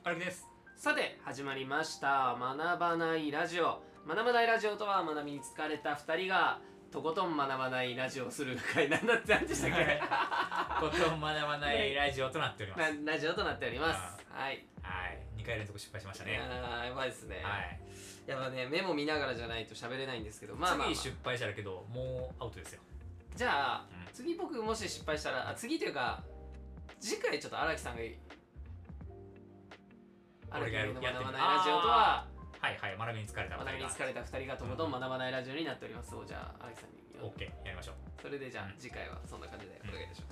荒木です。 さて始まりました学ばないラジオ。学ばないラジオとは、学びに疲れた2人がとことん学ばないラジオをする会なんだって。何でしたっけとことん学ばないラジオとなっております。 ラジオとなっております。はい、 2回連続失敗しましたね。 やばいですね。 はい、 やっぱね、メモ見ながらじゃないと喋れないんですけど、 次失敗したらけどもうアウトですよ。 じゃあ、次僕もし失敗したら、次というか次回ちょっと荒木さんが荒木の学ばないラジオとは、 学びに疲れた2人が、 学びに疲れた2人がとことん学ばないラジオになっております。そう、じゃあ荒木さんに OK やりましょう。 それでじゃあ、次回はそんな感じでお願いいたします。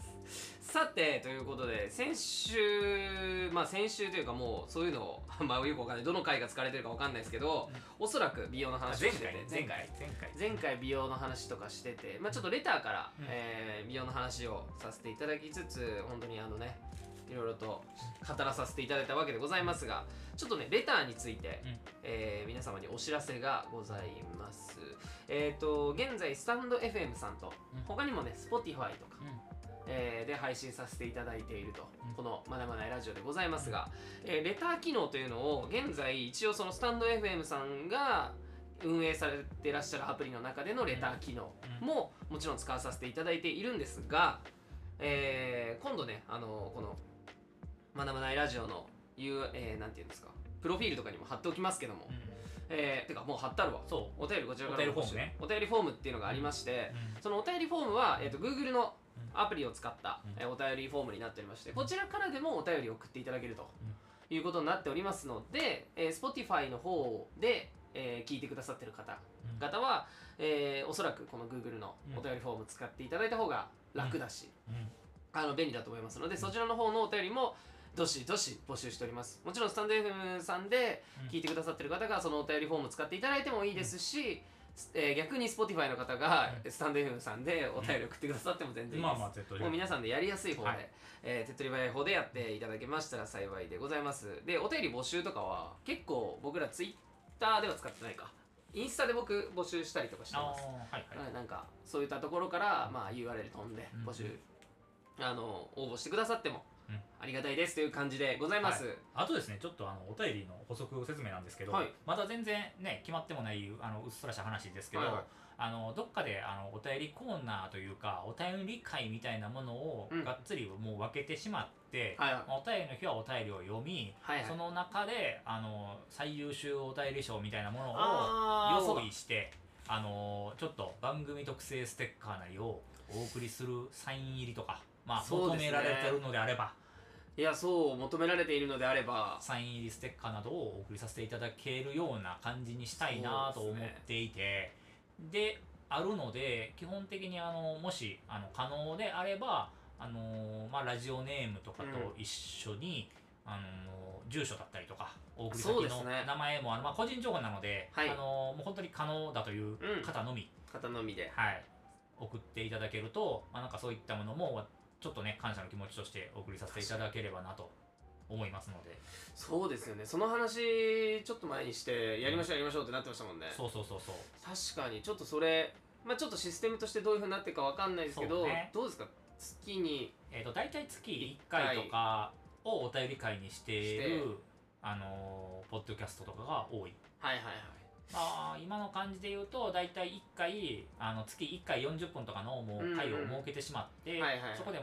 さて、ということで先週というか、もうそういうのをよくわかんない、どの回が使われてるかわかんないですけど、おそらく美容の話をしてて、前回美容の話とかしてて、ちょっとレターから、美容の話をさせていただきつつ、本当にいろいろと語らさせていただいたわけでございますが、ちょっとねレターについて、皆様にお知らせがございます。現在スタンド FM さんと、他にもね Spotify とか、で配信させていただいていると、この学ばないラジオでございますが、レター機能というのを現在一応そのスタンド FM さんが運営されてらっしゃるアプリの中でのレター機能ももちろん使わさせていただいているんですが、今度ねこの学ばないラジオのなんていうんですか、プロフィールとかにも貼っておきますけども、てかもう貼ってあるわ。そう、お便りこちらからの募集、お便りフォームっていうのがありまして、そのお便りフォームは、Google のアプリを使った、お便りフォームになっておりまして、こちらからでもお便りを送っていただけるということになっておりますので、Spotify の方で、聞いてくださってる方々は、おそらくこの Google のお便りフォーム使っていただいた方が楽だし、便利だと思いますので、そちらの方のお便りもどしどし募集しております。もちろんスタンド FM さんで聞いてくださってる方がそのお便りフォーム使っていただいてもいいですし、逆に Spotify の方がスタンド FM さんでお便り送ってくださっても全然いいです。もう皆さんでやりやすい方で、手っ取り早い方でやっていただけましたら幸いでございます。で、お便り募集とかは結構僕ら Twitter では使ってないか、インスタで僕募集したりとかしてます。なんかそういったところから、URL 飛んで募集、応募してくださってもありがたいですという感じでございます。 あとですね、ちょっとお便りの補足説明なんですけど、まだ全然ね決まってもないうっすらした話ですけど、どっかでお便りコーナーというかお便り会みたいなものをがっつりもう分けてしまって、お便りの日はお便りを読み、その中で最優秀お便り賞みたいなものを用意して、ちょっと番組特製ステッカーなりをお送りするサイン入りとか、求められてるのであれば、 求められているのであればサイン入りステッカーなどをお送りさせていただけるような感じにしたいなと思っていて、であるので、基本的にもし可能であればラジオネームとかと一緒に、住所だったりとかお送り先の名前も個人情報なので、もう本当に可能だという方のみで、 送っていただけると、なんかそういったものもちょっとね感謝の気持ちとしてお送りさせていただければなと思いますので。 そうですよね、その話ちょっと前にしてやりましょうってなってましたもんね。 そう確かにちょっとそれ、ちょっとシステムとしてどういうふうになってるかわかんないですけど、どうですか、月に大体月1回とかをお便り会にしているポッドキャストとかが多い。今の感じで言うと大体1回月1回40分とかのもう回を設けてしまって、そこで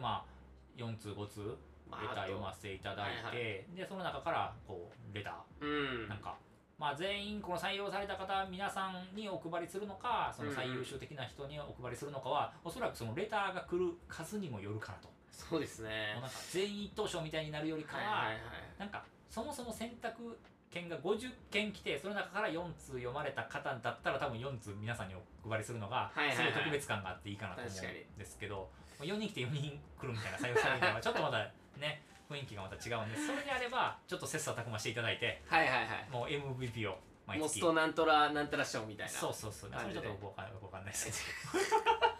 4通5通レター読ませていただいて、でその中からこうレター、なんか全員この採用された方皆さんにお配りするのか、その最優秀的な人にお配りするのかは、おそらくそのレターが来る数にもよるかなと。 そうですね、 なんか全員一等賞みたいになるよりかは、なんかそもそも選択件が50件来て、その中から4通読まれた方だったら多分4通皆さんにお配りするのがすごい特別感があっていいかなと思うんですけど、4人来て4人来るみたいな採用されるのはちょっとまたね雰囲気がまた違うんで、それであればちょっと切磋琢磨していただいて、もう MVP を毎月モストなんとらなんたら賞みたいな。 そうそれちょっとよくわかんないですけど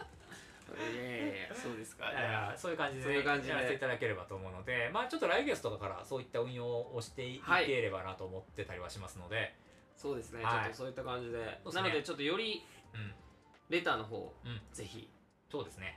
そうですか。 そういう感じでやらせていただければと思うので、ちょっと来月とかからそういった運用をしていければなと思ってたりはしますので、 そうですね、ちょっとそういった感じで、なのでちょっとよりレターの方ぜひそうですね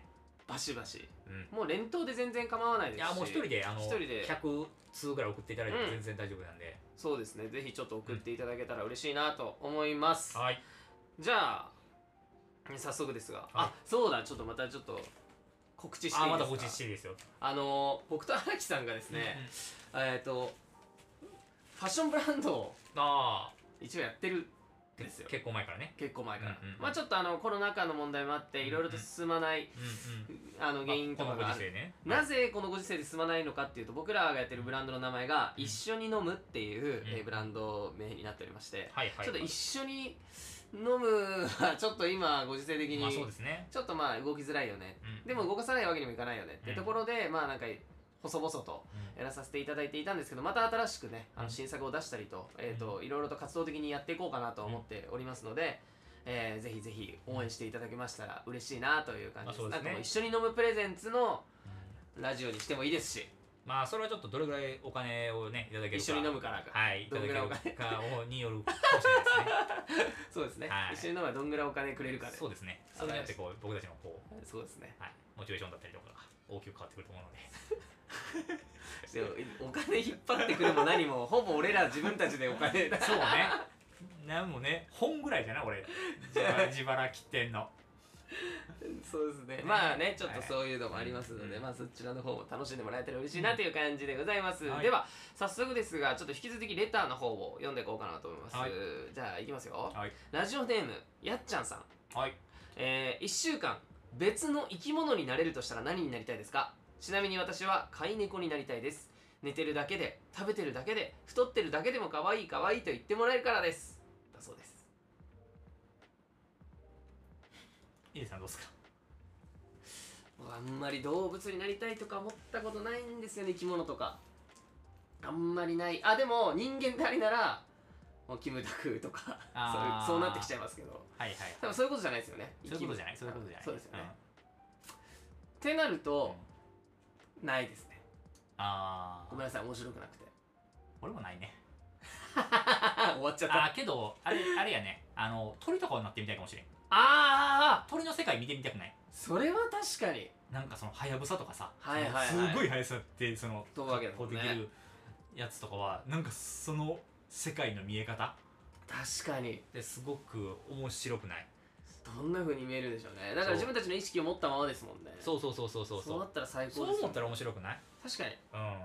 バシバシ、もう連投で全然構わないですし、 いやもう一人で 100 100通ぐらい送っていただいて全然大丈夫なんで、 そうですね、ぜひちょっと送っていただけたら嬉しいなと思います、 はい。 じゃあ早速ですが、あ、そうだ、ちょっとまたちょっと告知していいですか。 また告知していいですよ。 僕と荒木さんがですね、ファッションブランドを一応やってるんですよ。 結構前からね。 結構前から。まあちょっとコロナ禍の問題もあっていろいろと進まない原因とかがある。なぜこのご時世で進まないのかっていうと、僕らがやってるブランドの名前が一緒に飲むっていうブランド名になっておりまして、ちょっと一緒に飲むはちょっと今ご時世的にちょっとまあ動きづらいよね、でも動かさないわけにもいかないよねってところで、まあなんか細々とやらさせていただいていたんですけど、また新しくね新作を出したりといろいろと活動的にやっていこうかなと思っておりますので、ぜひぜひ応援していただけましたら嬉しいなという感じです。なんかもう一緒に飲むプレゼンツのラジオにしてもいいですし、 まあそれはちょっとどれぐらいお金をねいただけるか、 一緒に飲むからか、 はい、いただけるかによるかもしれないですね。 そうですね、一緒に飲めばどんぐらいお金くれるかで、 そうですね、それによってこう僕たちのこう、 そうですね、 モチベーションだったりとかが大きく変わってくると思うので。 でもお金引っ張ってくるも何もほぼ俺ら自分たちでお金そうね、なんもね本ぐらいじゃな俺自腹切ってんの。 そうですね、まあねちょっとそういうのもありますので、まあそちらの方も楽しんでもらえたら嬉しいなという感じでございます、では早速ですがちょっと引き続きレターの方を読んでいこうかなと思います、じゃあいきますよ、ラジオネームやっちゃんさん、1週間別の生き物になれるとしたら何になりたいですか。ちなみに私は飼い猫になりたいです。寝てるだけで食べてるだけで太ってるだけでも可愛い可愛いと言ってもらえるからです、だそうです。 イエさんどうですか。 あんまり動物になりたいとか思ったことないんですよね。生き物とかあんまりない。でも人間でありならもうキムタクとかそうなってきちゃいますけど、多分そういうことじゃないですよね。 そういうことじゃない、そういうことじゃない。 そうですよね、ってなると、ないですね。ごめんなさい、面白くなくて。 俺もないね。 終わっちゃった。 けどあれやね、鳥とかになってみたいかもしれん。鳥の世界見てみたくない。 それは確かに。 なんかそのハヤブサとかさ、 すごい速さってその飛ぶわけだもんね。 できるやつとかはなんかその世界の見え方確かにですごく面白くない。 どんな風に見えるでしょうね。だから自分たちの意識を持ったままですもんね。 そうそうなったら最高です。 そう思ったら面白くない。 確かに。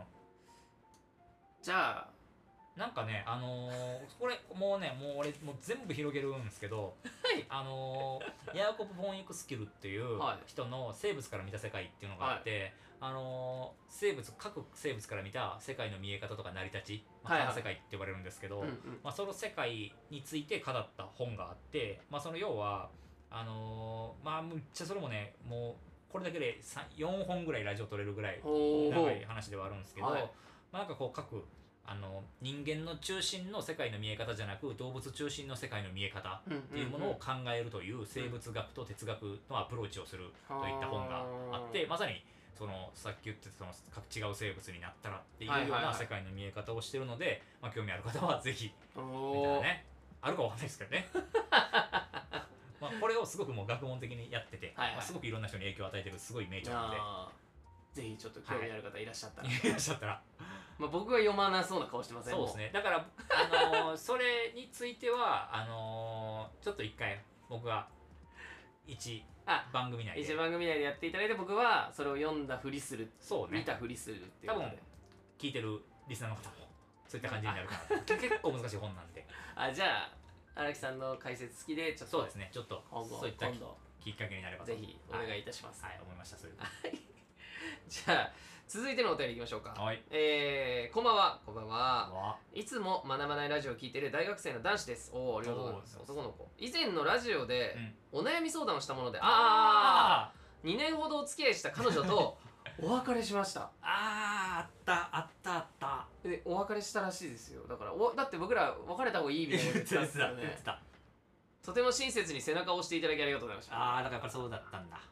じゃあなんかねこれもう俺もう全部広げるんですけど、ヤーコブ・フォン・ユクスキルっていう人の生物から見た世界っていうのがあって、各生物から見た世界の見え方とか成り立ち、環世界って呼ばれるんですけど、その世界について語った本があって、その要はむっちゃそれもね、もうこれだけで4本ぐらいラジオ撮れるぐらい長い話ではあるんですけど、なんかこう各人間の中心の世界の見え方じゃなく動物中心の世界の見え方っていうものを考えるという生物学と哲学のアプローチをするといった本があって、まさにそのさっき言ってたその違う生物になったらっていうような世界の見え方をしてるので、興味ある方はぜひみたいなね、あるかわかんないですけどね。これをすごくもう学問的にやってて、すごくいろんな人に影響を与えてるすごい名著なので、 ぜひちょっと興味ある方いらっしゃったら、僕は読まなそうな顔してません。 そうですね。だからそれについてはちょっと一回僕が1番組内でやっていただいて、僕はそれを読んだふりする、見たふりするっていうことで、 多分聞いてるリスナーの方もそういった感じになるかなと。結構難しい本なんで。 じゃあ荒木さんの解説好きでちょっと、 そうですね、ちょっとそういったきっかけになればぜひお願いいたします。 思いました。そういうじゃあ続いてのお便りいきましょうか。こんばんは。いつも学ばないラジオを聞いている大学生の男子です。ありがとうございます。男の子。以前のラジオでお悩み相談をしたもので、2年ほどお付き合いした彼女とお別れしました。 あったでお別れしたらしいですよ。だからだって僕ら別れた方がいいみたいな言ってたんですよね。とても親切に背中を押していただきありがとうございました。 だからやっぱりそうだったんだ。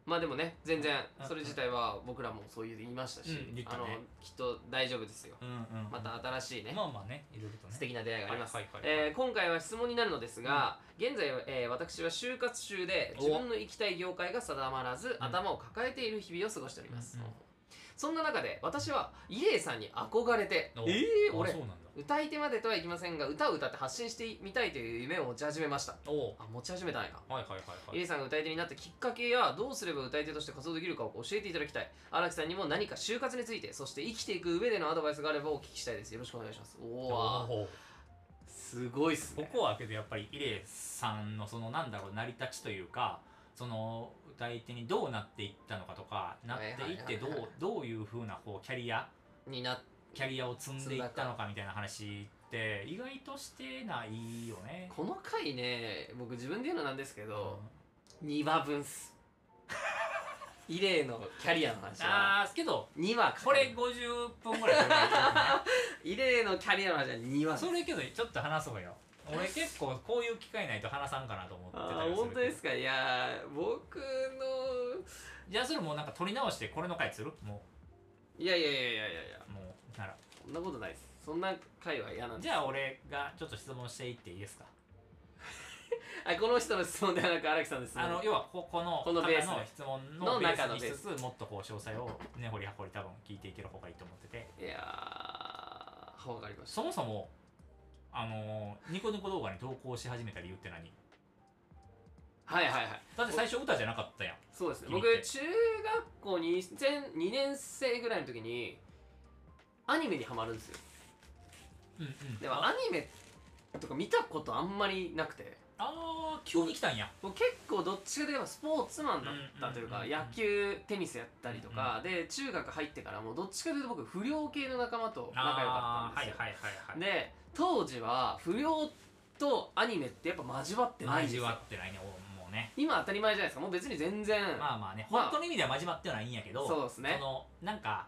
まあでもね全然それ自体は僕らもそう言いましたし、 言ったね、 きっと大丈夫ですよ、また新しいね、 まあまあね、いろいろとね素敵な出会いがあります。 はい今回は質問になるのですが、現在、私は就活中で自分の行きたい業界が定まらず頭を抱えている日々を過ごしております、そんな中で私は伊礼さんに憧れて俺そうなんだ、 歌い手までとはいきませんが歌を歌って発信してみたいという夢を持ち始めました。持ち始めたんや。伊礼さんが歌い手になったきっかけやどうすれば歌い手として活動できるかを教えていただきたい。荒木さんにも何か就活についてそして生きていく上でのアドバイスがあればお聞きしたいです。よろしくお願いします。すごいっすね。 ここはけどやっぱり伊礼さんのそのなんだろう成り立ちというか、その歌い手にどうなっていったのかとか、なっていってどういう風なこうキャリアを積んでいったのかみたいな話って意外としてないよね。 この回ね、僕自分で言うのなんですけど、2話分っす。伊礼のキャリアの話はけど 2話これ50分ぐらい伊礼のキャリアの話は2話。 それけどちょっと話そうよ。俺結構こういう機会ないと話さんかなと思ってたりするけど。 本当ですか。いや僕のじゃあそれもうなんか取り直してこれの回するもう。いやもうならそんなことないです。そんな回は嫌なんです。 じゃあ俺がちょっと質問していっていいですか。 この人の質問ではなく荒木さんの質問。 要はこのベースの質問のベースにしつつもっとこう詳細を根掘り葉掘り多分聞いていける方がいいと思ってて。 いやーわかりました。 そもそもニコニコ動画に投稿し始めた理由って何？だって最初歌じゃなかったやん。 そうですね。僕中学校2年生ぐらいの時にアニメにハマるんですよ。でもアニメとか見たことあんまりなくて。 急に来たんや。 僕結構どっちかといえばスポーツマンだったというか、野球テニスやったりとかで、中学入ってからもどっちかというと僕不良系の仲間と仲良かったんですよ。で当時は不良とアニメってやっぱ交わってないんですよ。 交わってないね、もうね。 今当たり前じゃないですか。もう別に全然まあね、本当の意味では交わってはないんやけど、 そうですね。 なんか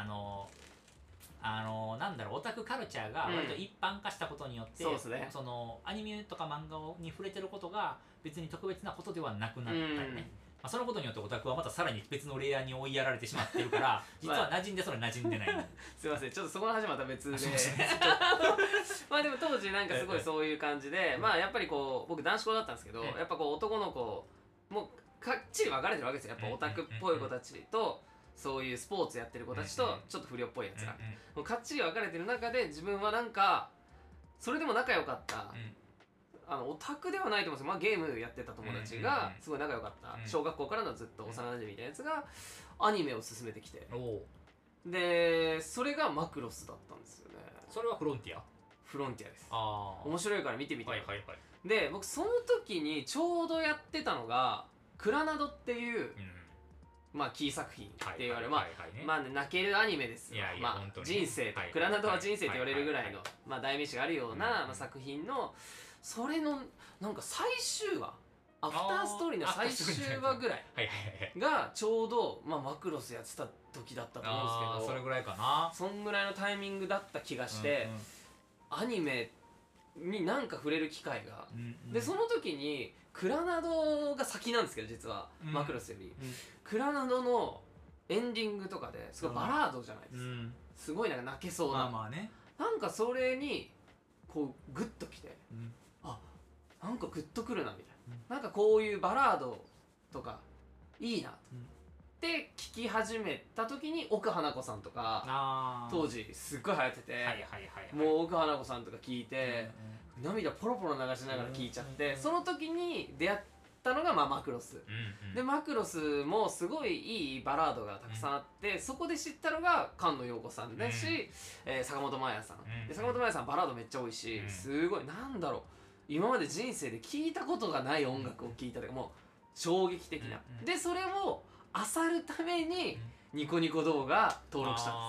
なんだろう、オタクカルチャーが割と一般化したことによって、そのアニメとか漫画に触れてることが別に特別なことではなくなったよね。そのことによってオタクはまたさらに別のレイヤーに追いやられてしまってるから実は馴染んでそれ馴染んでないすいません、ちょっとそこの話また別でまあでも当時なんかすごいそういう感じで、まあやっぱりこう僕男子校だったんですけど、やっぱこう男の子もかっちり分かれてるわけですよ。やっぱオタクっぽい子たちとそういうスポーツやってる子たちとちょっと不良っぽいやつら、もうかっちり分かれてる中で自分はなんかそれでも仲良かった、オタクではないと思うんですよ。まあゲームやってた友達がすごい仲良かった、小学校からのずっと幼馴染みたいなやつがアニメを勧めてきて、でそれがマクロスだったんですよね。 それはフロンティアです。面白いから見てみて。で僕その時にちょうどやってたのがクラナドっていう、まあキー作品って言われる、まあ泣けるアニメですよ。まあ人生とクラナドは人生と言われるぐらいのまあ代名詞があるような作品の、それのなんか最終話、アフターストーリーの最終話ぐらいがちょうどまあマクロスやってた時だったと思うんですけど、 それぐらいかな。 そんぐらいのタイミングだった気がして、アニメになんか触れる機会が、でその時にクラナドが先なんですけど実はマクロスより、クラナドのエンディングとかですごいバラードじゃないですか、すごいなんか泣けそうな、なんかそれにこうグッときて、なんかグッとくるなみたいな、なんかこういうバラードとかいいなって聞き始めた時に奥花子さんとか当時すっごい流行ってて、もう奥花子さんとか聞いて、涙ポロポロ流しながら聞いちゃって、その時に出会ったのがまあマクロス、でマクロスもすごいいいバラードがたくさんあって、そこで知ったのが菅野陽子さんだし、坂本真綾さんで、坂本真綾さんバラードめっちゃ多いし、すごいなんだろう、今まで人生で聴いたことがない音楽を聴いたとか、もう衝撃的な、でそれを漁るためにニコニコ動画登録したん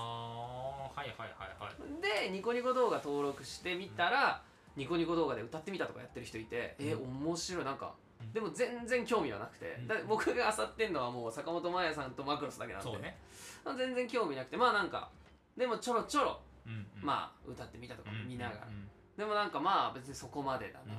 です。でニコニコ動画登録してみたら、ニコニコ動画で歌ってみたとかやってる人いて、面白い、なんかでも全然興味はなくて、だ僕が漁ってんのはもう坂本真綾さんとマクロスだけなんで、全然興味なくて、まあなんかでもちょろちょろまあ歌ってみたとか見ながら、でもなんかまあ別にそこまでだな、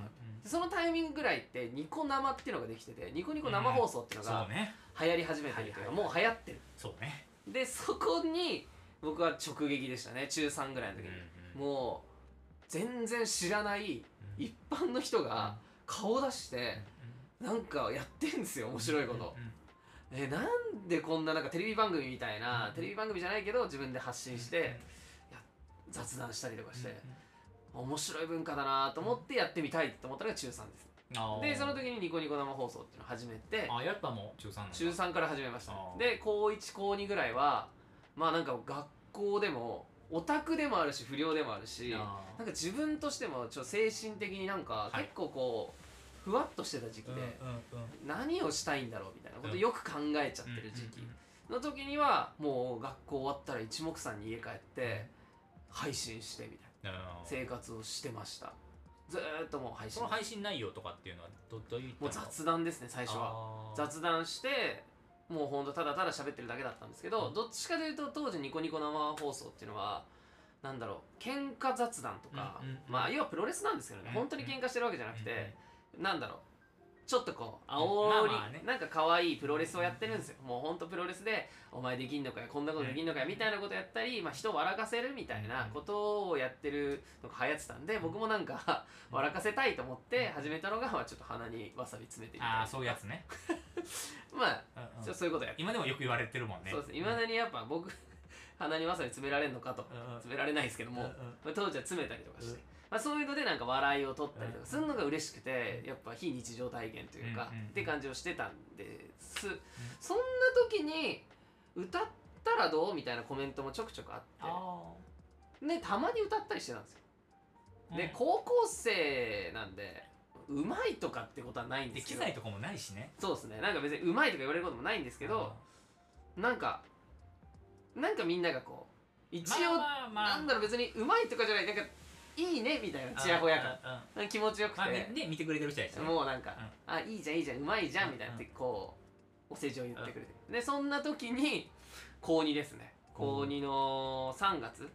そのタイミングぐらいってニコ生っていうのができてて、ニコニコ生放送っていうのが流行り始めてるというか、もう流行ってる。 そうね。 でそこに僕は直撃でしたね、中3ぐらいの時に。もう全然知らない一般の人が顔出してなんかやってんですよ、面白いこと。なんでこんななんかテレビ番組みたいな、テレビ番組じゃないけど自分で発信して雑談したりとかして、面白い文化だなと思ってやってみたいと思ったのが中3です。でその時にニコニコ生放送っていうのを始めて、 やったもん中3。 中3から始めました。で高1高2ぐらいはまあなんか学校でもオタクでもあるし不良でもあるし、なんか自分としても精神的になんか結構こうふわっとしてた時期で、何をしたいんだろうみたいなことよく考えちゃってる時期の時には、もう学校終わったら一目散に家帰って配信してみたいな生活をしてました。ずーっともう配信。 その配信内容とかっていうのはどういう？ もう雑談ですね、最初は。雑談してもうほんとただただ喋ってるだけだったんですけど、どっちかというと当時ニコニコ生放送っていうのはなんだろう、喧嘩雑談とか、まあ要はプロレスなんですけどね、本当に喧嘩してるわけじゃなくて、なんだろう、ちょっとこう煽り、なんか可愛いプロレスをやってるんですよ。もうほんとプロレスでお前できんのかよ、こんなことできんのかよみたいなことやったり、まあ人を笑かせるみたいなことをやってるのが流行ってたんで、僕もなんか笑かせたいと思って始めたのが、まあちょっと鼻にわさび詰めてみたいな。 そういうやつね。 まあそういうことやって、 今でもよく言われてるもんね。 そうです。いまだにやっぱ僕鼻にわさび詰められるのかと、詰められないですけども、当時は詰めたりとかして、まあ、そういうのでなんか笑いを取ったりとかするのが嬉しくて、やっぱ非日常体験というかって感じをしてたんです。そんな時に歌ったらどうみたいなコメントもちょくちょくあって、でたまに歌ったりしてたんですよ。で高校生なんでうまいとかってことはないんですけど、 機材とかもないしね。 そうですね、なんか別にうまいとか言われることもないんですけど、なんかみんながこう一応なんだろう、別にうまいとかじゃない、なんかいいねみたいなちやほや感、気持ちよくて、 ね、見てくれてる人やしね、 もうなんかあいいじゃんいいじゃんうまいじゃんみたいなってこうお世辞を言ってくれて、でそんな時に高2ですね、高2の3月、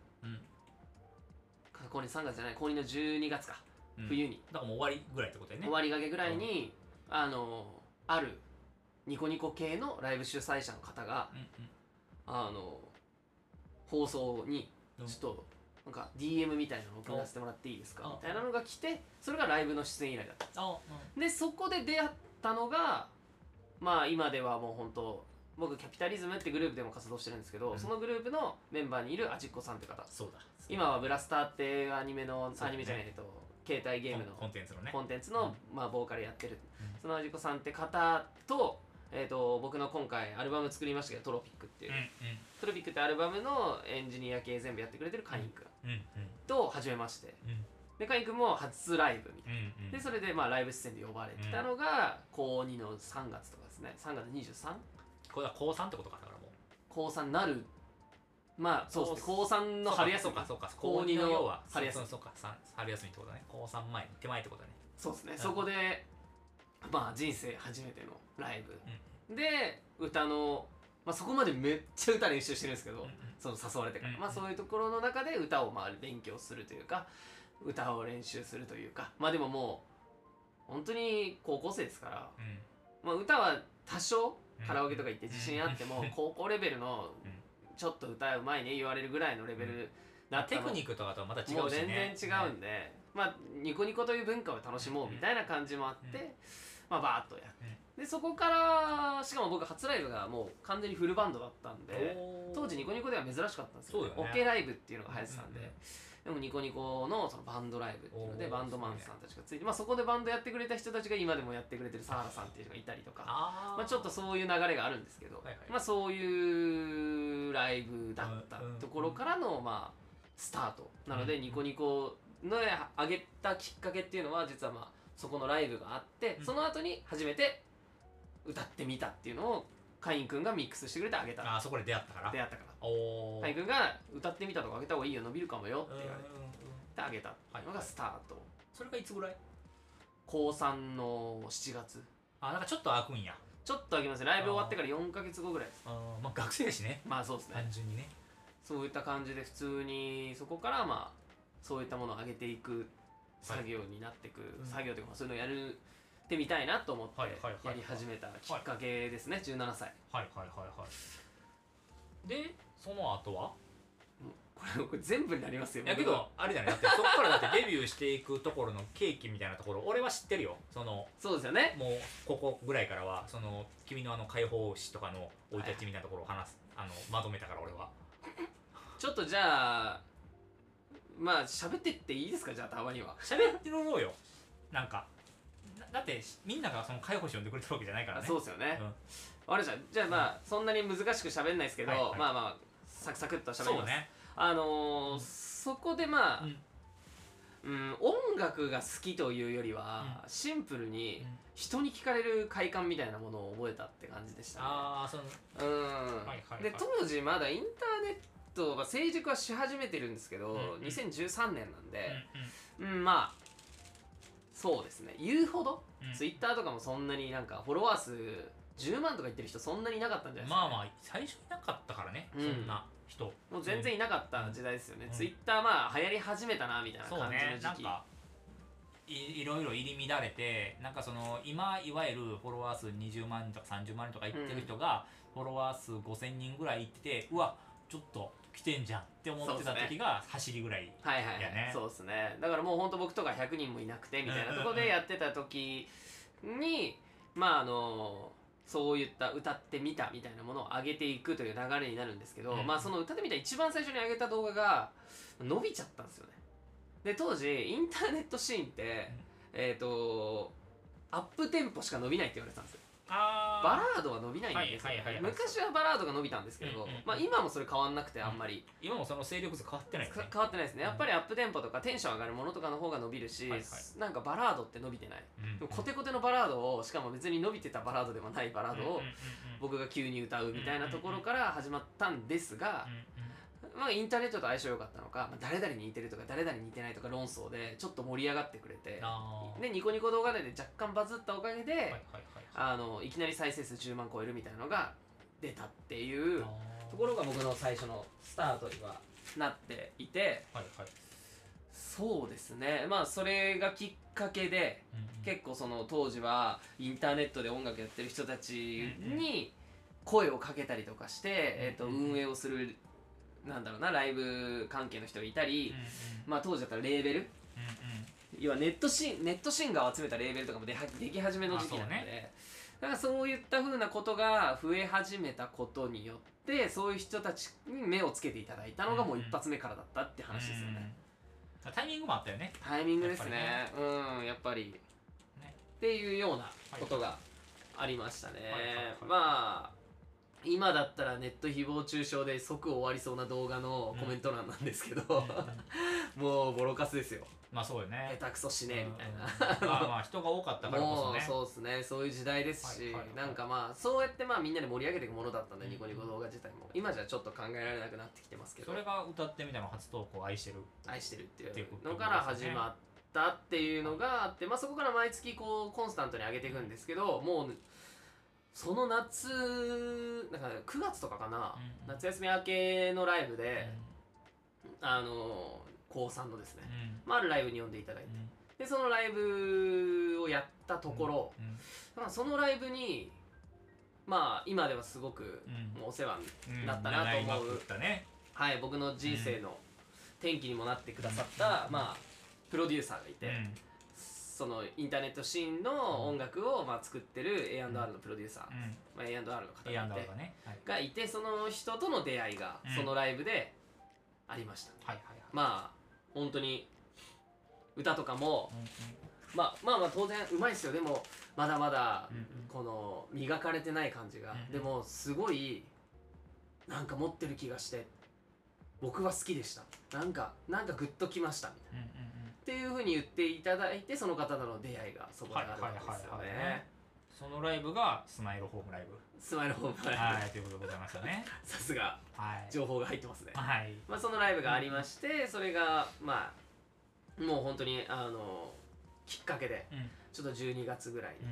高2 3月じゃない、高2の12月か、冬に、 だからもう終わりぐらいってことだよね。 終わりがけぐらいにあるニコニコ系のライブ主催者の方が放送にちょっとなんか DM みたいなのを送らせてもらっていいですかみたいなのが来て、それがライブの出演依頼だった。でそこで出会ったのが、まあ今ではもう本当僕キャピタリズムってグループでも活動してるんですけど、そのグループのメンバーにいるあじっこさんって方、 そうだ、 今はブラスターってアニメじゃない携帯ゲームのコンテンツのまあボーカルやってる、そのあじっこさんって方と僕の今回アルバム作りましたけど、トロピックっていう、トロピックってアルバムのエンジニア系全部やってくれてるカインくんと初めまして、でカインくんも初ライブみたいな、でそれでまあライブ出演で呼ばれてたのが高2の3月とかですね、3月 23？ これは高3ってことか、だからもう高3なる、まあそうですね、高3の春休み、高2の春休み、 そうか春休みってことね、高3前手前ってことね。 そうですね、そこでまあ人生初めてのライブ、で歌の、まあ、そこまでめっちゃ歌練習してるんですけど、その誘われてから、まあそういうところの中で歌をまあ勉強するというか、歌を練習するというか、まあでももう本当に高校生ですから、まあ歌は多少カラオケとか行って自信あっても、高校レベルのちょっと歌うまいね言われるぐらいのレベルだったの、 テクニックとかとはまた違うしね、 もう全然違うんで、まあニコニコという文化を楽しもうみたいな感じもあって、まあバーッとやって、でそこからしかも僕初ライブがもう完全にフルバンドだったんで、当時ニコニコでは珍しかったんですよね、オケライブっていうのが流行ってたんで、でもニコニコのそのバンドライブっていうのでバンドマンさんたちがついて、まあそこでバンドやってくれた人たちが今でもやってくれてるサーラさんっていう人がいたりとか、まあちょっとそういう流れがあるんですけど、まあそういうライブだったところからのまあスタートなので、ニコニコの上げたきっかけっていうのは実はまあそこのライブがあって、その後に初めて歌ってみたっていうのをカインくんがミックスしてくれてあげた。 そこで出会ったからカインくんが歌ってみたとかあげた方がいいよ、伸びるかもよって言われてあげたのがスタート。 それがいつぐらい？ 高3の7月。 なんかちょっと開くんや。 ちょっと開きますね、ライブ終わってから4ヶ月後ぐらいです。 まあ学生だしね、 まあそうですね、 単純にね。 そういった感じで普通にそこからまあそういったものを上げていく作業になってく、作業というかそういうのをやるってみたいなと思ってやり始めたきっかけですね、17歳。 はいはいはいはい。でその後はこれ全部になりますよ。 やけどあれだね、だってそこからだってデビューしていくところの契機みたいなところ俺は知ってるよ。 そうですよね。 もうここぐらいからは君の解放誌とかの生い立ちみたいなところを話す、まとめたから俺は。 ちょっとじゃあまあ喋ってっていいですか、じゃあたまには喋ってろうよ。なんかだってみんながその解放誌読んでくれてるわけじゃないからね。 そうですよね。わかりました。じゃあまあそんなに難しく喋んないですけど、まあまあサクサクっと喋ります。そうね。そこでまあ、音楽が好きというよりは、シンプルに人に聞かれる快感みたいなものを覚えたって感じでしたね。で当時まだインターネットが成熟はし始めてるんですけど、2013年なんで、まあそうですね、言うほど、ツイッターとかもそんなになんかフォロワー数10万とか言ってる人そんなにいなかったんじゃないですか、ね。 まあまあ最初いなかったからね、そんな人もう全然いなかった時代ですよね。ツイッターまあ流行り始めたなみたいな感じの時期。 なんかいろいろ入り乱れて、なんか今いわゆるフォロワー数20万とか30万とかいってる人が、フォロワー数5000人ぐらいいってて、うわちょっと来てんじゃんって思ってた時が走りぐらいやね。 そうですね。だからもうほんと僕とか100人もいなくてみたいなところでやってた時に、まあそういった歌ってみたみたいなものを上げていくという流れになるんですけど、まあその歌ってみた一番最初に上げた動画が伸びちゃったんですよね。で当時インターネットシーンってアップテンポしか伸びないって言われてたんですよ。バラードは伸びないんですよ。昔はバラードが伸びたんですけど、まあ今もそれ変わんなくて、あんまり今もその勢力図変わってないですね。 変わってないですね。やっぱりアップテンポとかテンション上がるものとかの方が伸びるし、なんかバラードって伸びてない、でもコテコテのバラードを、しかも別に伸びてたバラードでもないバラードを僕が急に歌うみたいなところから始まったんですが、まあインターネットと相性良かったのか、誰々に似てるとか誰々に似てないとか論争でちょっと盛り上がってくれて、でニコニコ動画で若干バズったおかげでいきなり再生数10万超えるみたいなのが出たっていうところが僕の最初のスタートにはなっていて、そうですね、まあそれがきっかけで、結構その当時はインターネットで音楽やってる人たちに声をかけたりとかして、運営をするなんだろうな、ライブ関係の人がいたり、まあ当時だったらレーベル、要はネットシンガーを集めたレーベルとかもでき始めの時期なので、だからそういった風なことが増え始めたことによって、そういう人たちに目をつけていただいたのがもう一発目からだったって話ですよね。 タイミングもあったよね。 タイミングですね。やっぱりっていうようなことがありましたね。まあ今だったらネット誹謗中傷で即終わりそうな動画のコメント欄なんですけど、もうボロカスですよ。 まあそうよね。 下手くそしねえみたいな。 まあまあ人が多かったからこそね。 そうですね、そういう時代ですし、なんかまあそうやってまあみんなで盛り上げていくものだったんで、ニコニコ動画自体も今じゃちょっと考えられなくなってきてますけど、 それが歌ってみたの初投稿愛してるっていうのから始まったっていうのがあって、まあそこから毎月こうコンスタントに上げていくんですけど、もうその夏なんか9月とかかな、夏休み明けのライブで、高3のですね、あるライブに呼んでいただいて、でそのライブをやったところ、そのライブにまあ今ではすごくもうお世話になったなと思う、はい、僕の人生の転機にもなってくださったまあプロデューサーがいて、そのインターネットシーンの音楽をまあ作ってる A&R のプロデューサー、まあ A&R の方がいて、その人との出会いがそのライブでありました。まあ本当に歌とかもまあ当然うまいですよ。でもまだまだこの磨かれてない感じが、でもすごいなんか持ってる気がして僕は好きでした、なんかグッときましたみたいなっていう風に言っていただいて、その方との出会いがそこであるんですよね。 そのライブがスマイルホームライブということでございましたね。 さすが情報が入ってますね。まあそのライブがありまして、それがまあもう本当にきっかけでちょっと12月ぐらいに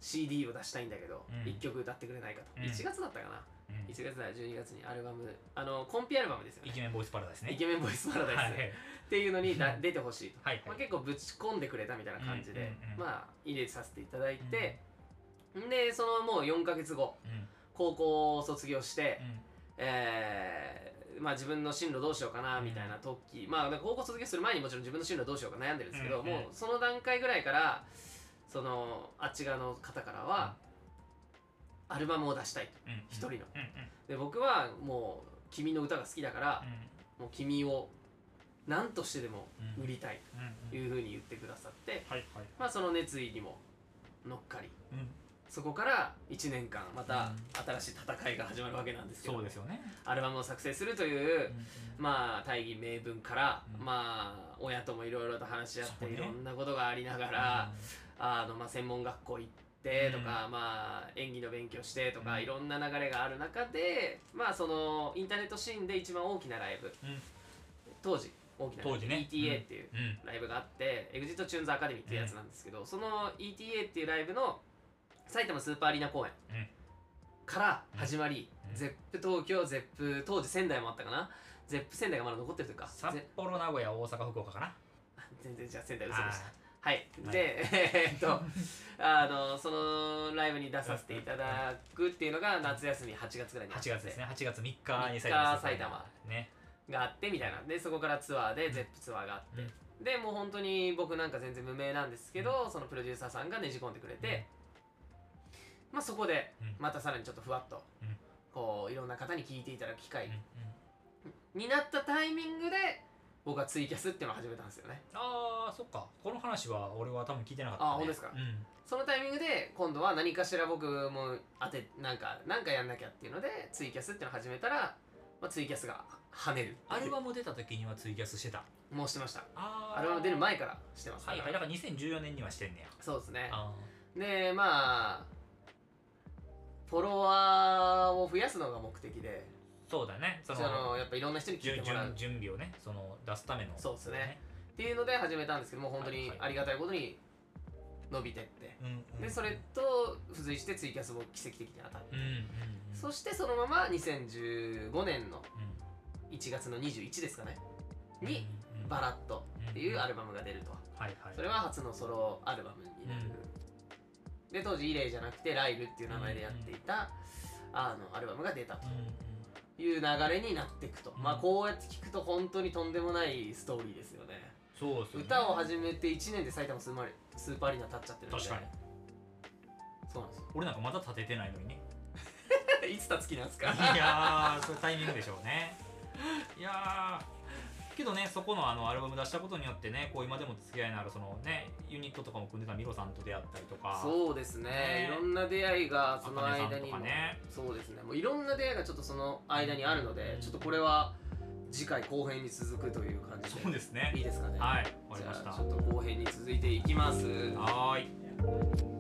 CD を出したいんだけど、1曲歌ってくれないかと、1月だったかな、1月だ12月にアルバムコンピアルバムですよね。 イケメンボイスパラダイスね。 イケメンボイスパラダイス、っていうのに出てほしいと、結構ぶち込んでくれたみたいな感じで、まあ入れさせていただいて、でそのもう4ヶ月後、高校を卒業して、まあ自分の進路どうしようかなみたいな時、まあ高校卒業する前にもちろん自分の進路どうしようか悩んでるんですけど、もうその段階ぐらいからそのあっち側の方からは、アルバムを出したいと、一人の。で僕はもう君の歌が好きだから、もう君を何としてでも売りたいというふうに言ってくださって、まあその熱意にも乗っかり、そこから1年間また新しい戦いが始まるわけなんですけど、 そうですよね。 アルバムを作成するという、まあ大義名分から、まあ親ともいろいろと話し合って、いろんなことがありながら、まあ専門学校行ってとか、まあ演技の勉強してとか、いろんな流れがある中で、まあそのインターネットシーンで一番大きなライブ、当時大きな ETA っていうライブがあって、EXIT TUNESアカデミーっていうやつなんですけど、その ETA っていうライブの埼玉スーパーアリーナ公演から始まり、ZEP 東京、ZEP 当時仙台もあったかな、ZEP 仙台がまだ残ってるというか、 札幌、名古屋、大阪、福岡かな。 全然じゃあ仙台嘘でした。はい、でそのライブに出させていただくっていうのが夏休み8月ぐらいにあって、 8月ですね、8月3日に埼玉ねがあってみたいな。でそこからツアーで ZEP ツアーがあって、でもう本当に僕なんか全然無名なんですけど、そのプロデューサーさんがねじ込んでくれて、まあそこでまたさらにちょっとふわっとこういろんな方に聞いていただく機会になったタイミングで、僕はツイキャスっていうのを始めたんですよね。 ああ、そっか。この話は俺は多分聞いてなかったね。 あ、本当ですか。そのタイミングで今度は何かしら僕もなんかやんなきゃっていうのでツイキャスっていうのを始めたら、まあ、ツイキャスが跳ねる。 アルバム出た時にはツイキャスしてた？ もうしてました。アルバム出る前からしてます。 はいはい。だから2014年にはしてんねや。 そうですね。でまあフォロワーを増やすのが目的で。 そうだね。 そのやっぱいろんな人に聞いてもらう準備をね、その出すための。 そうですね。っていうので始めたんですけども、本当にありがたいことに伸びてって、でそれと付随してツイキャスも奇跡的に当たって、そしてそのまま2015年の1月の21ですかねに「バラット」っていうアルバムが出ると。それは初のソロアルバムになる。で当時イレイじゃなくてライルっていう名前でやっていたアルバムが出たという流れになっていくと。まあこうやって聞くと本当にとんでもないストーリーですよね。 そうですよね。 歌を始めて1年で埼玉スーパーアリーナ立っちゃってるので。 確かに。 そうなんですよ。 俺なんかまだ立ててないのにね。 いつ立つ気なんですか。 いやー、そういうタイミングでしょうね。いやーけどね、そこのアルバム出したことによってね、こう今でも付き合いのあるそのねユニットとかも組んでたミロさんと出会ったりとか。 そうですね。いろんな出会いがその間にも、そうですね。もういろんな出会いがちょっとその間にあるので、ちょっとこれは次回後編に続くという感じで。 そうですね。 いいですかね。 はい。わかりました。 じゃあちょっと後編に続いていきます。 はい。